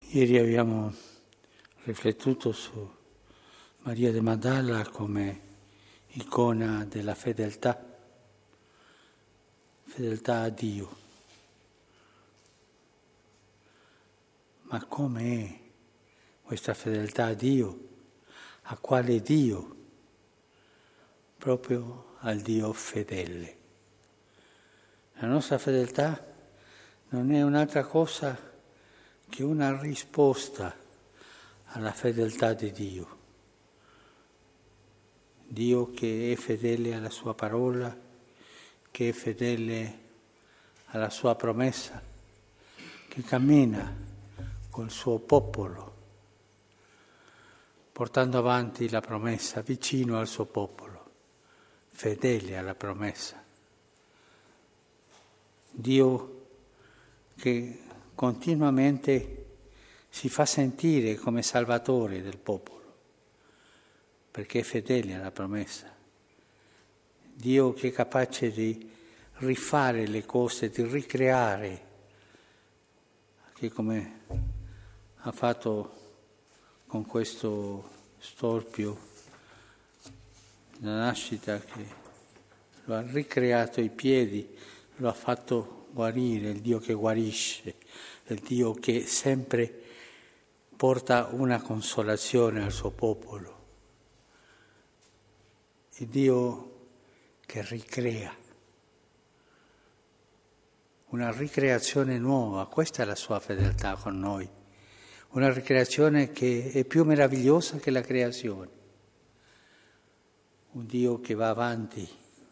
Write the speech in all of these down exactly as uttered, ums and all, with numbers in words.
Ieri abbiamo riflettuto su Maria de Magdala come icona della fedeltà, fedeltà a Dio. Ma come è questa fedeltà a Dio? A quale Dio? Proprio al Dio fedele. La nostra fedeltà non è un'altra cosa che una risposta alla fedeltà di Dio. Dio che è fedele alla sua parola, che è fedele alla sua promessa, che cammina col suo popolo, portando avanti la promessa vicino al suo popolo, fedele alla promessa. Dio che continuamente si fa sentire come salvatore del popolo, perché è fedele alla promessa. Dio che è capace di rifare le cose, di ricreare, che come ha fatto con questo storpio, la nascita, che lo ha ricreato i piedi, lo ha fatto guarire, il Dio che guarisce, il Dio che sempre porta una consolazione al suo popolo, il Dio che ricrea, una ricreazione nuova. Questa è la sua fedeltà con noi, una ricreazione che è più meravigliosa che la creazione, un Dio che va avanti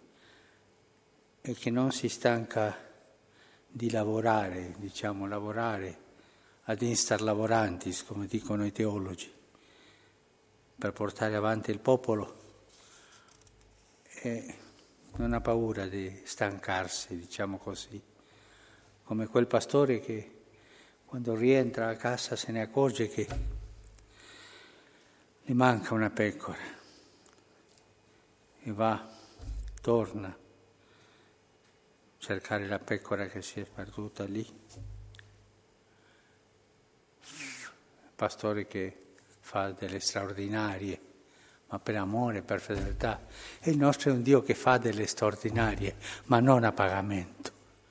e che non si stanca di lavorare, diciamo lavorare ad instar laborantis, come dicono i teologi, per portare avanti il popolo, e non ha paura di stancarsi, diciamo così, come quel pastore che quando rientra a casa se ne accorge che gli manca una pecora e va, torna cercare la pecora che si è perduta lì. Pastore che fa delle straordinarie, ma per amore, per fedeltà. E il nostro è un Dio che fa delle straordinarie, ma non a pagamento,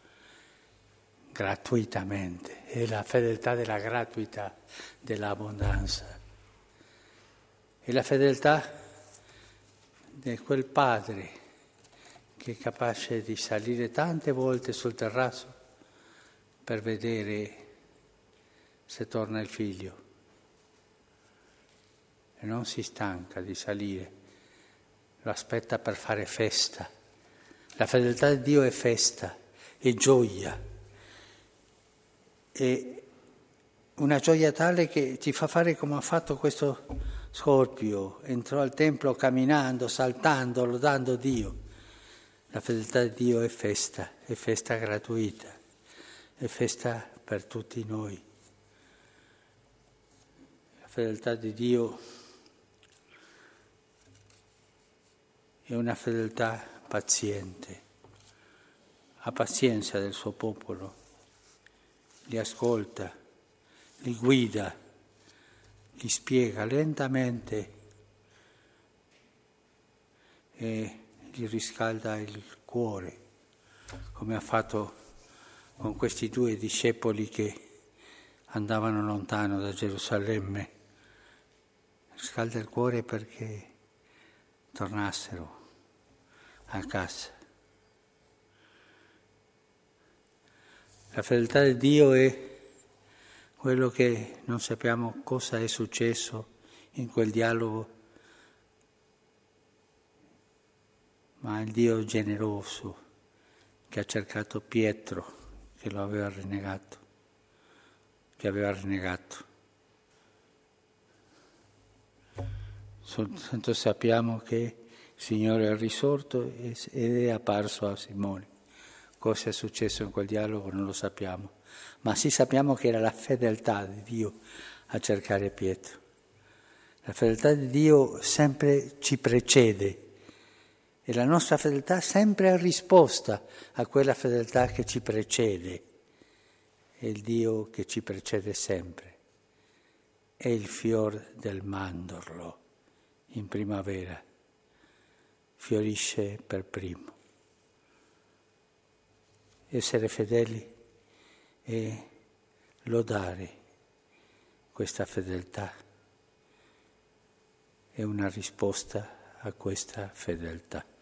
gratuitamente. È la fedeltà della gratuità, dell'abbondanza. È la fedeltà di quel padre che è capace di salire tante volte sul terrazzo per vedere se torna il figlio. E non si stanca di salire, lo aspetta per fare festa. La fedeltà di Dio è festa, è gioia, è una gioia tale che ti fa fare come ha fatto questo Scorpio, entrò al Tempio camminando, saltando, lodando Dio. La fedeltà di Dio è festa, è festa gratuita, è festa per tutti noi. La fedeltà di Dio è una fedeltà paziente, ha pazienza del suo popolo, li ascolta, li guida, li spiega lentamente e gli riscalda il cuore, come ha fatto con questi due discepoli che andavano lontano da Gerusalemme. Riscalda il cuore perché tornassero a casa. La fedeltà di Dio è quello che non sappiamo cosa è successo in quel dialogo, ma il Dio generoso che ha cercato Pietro, che lo aveva rinnegato, che aveva rinnegato. Soltanto sappiamo che il Signore è risorto ed è apparso a Simone. Cosa è successo in quel dialogo non lo sappiamo, ma sì sappiamo che era la fedeltà di Dio a cercare Pietro. La fedeltà di Dio sempre ci precede e la nostra fedeltà sempre è risposta a quella fedeltà che ci precede. È il Dio che ci precede sempre. è il fior del mandorlo in primavera, fiorisce per primo. Essere fedeli e lodare questa fedeltà è una risposta a questa fedeltà.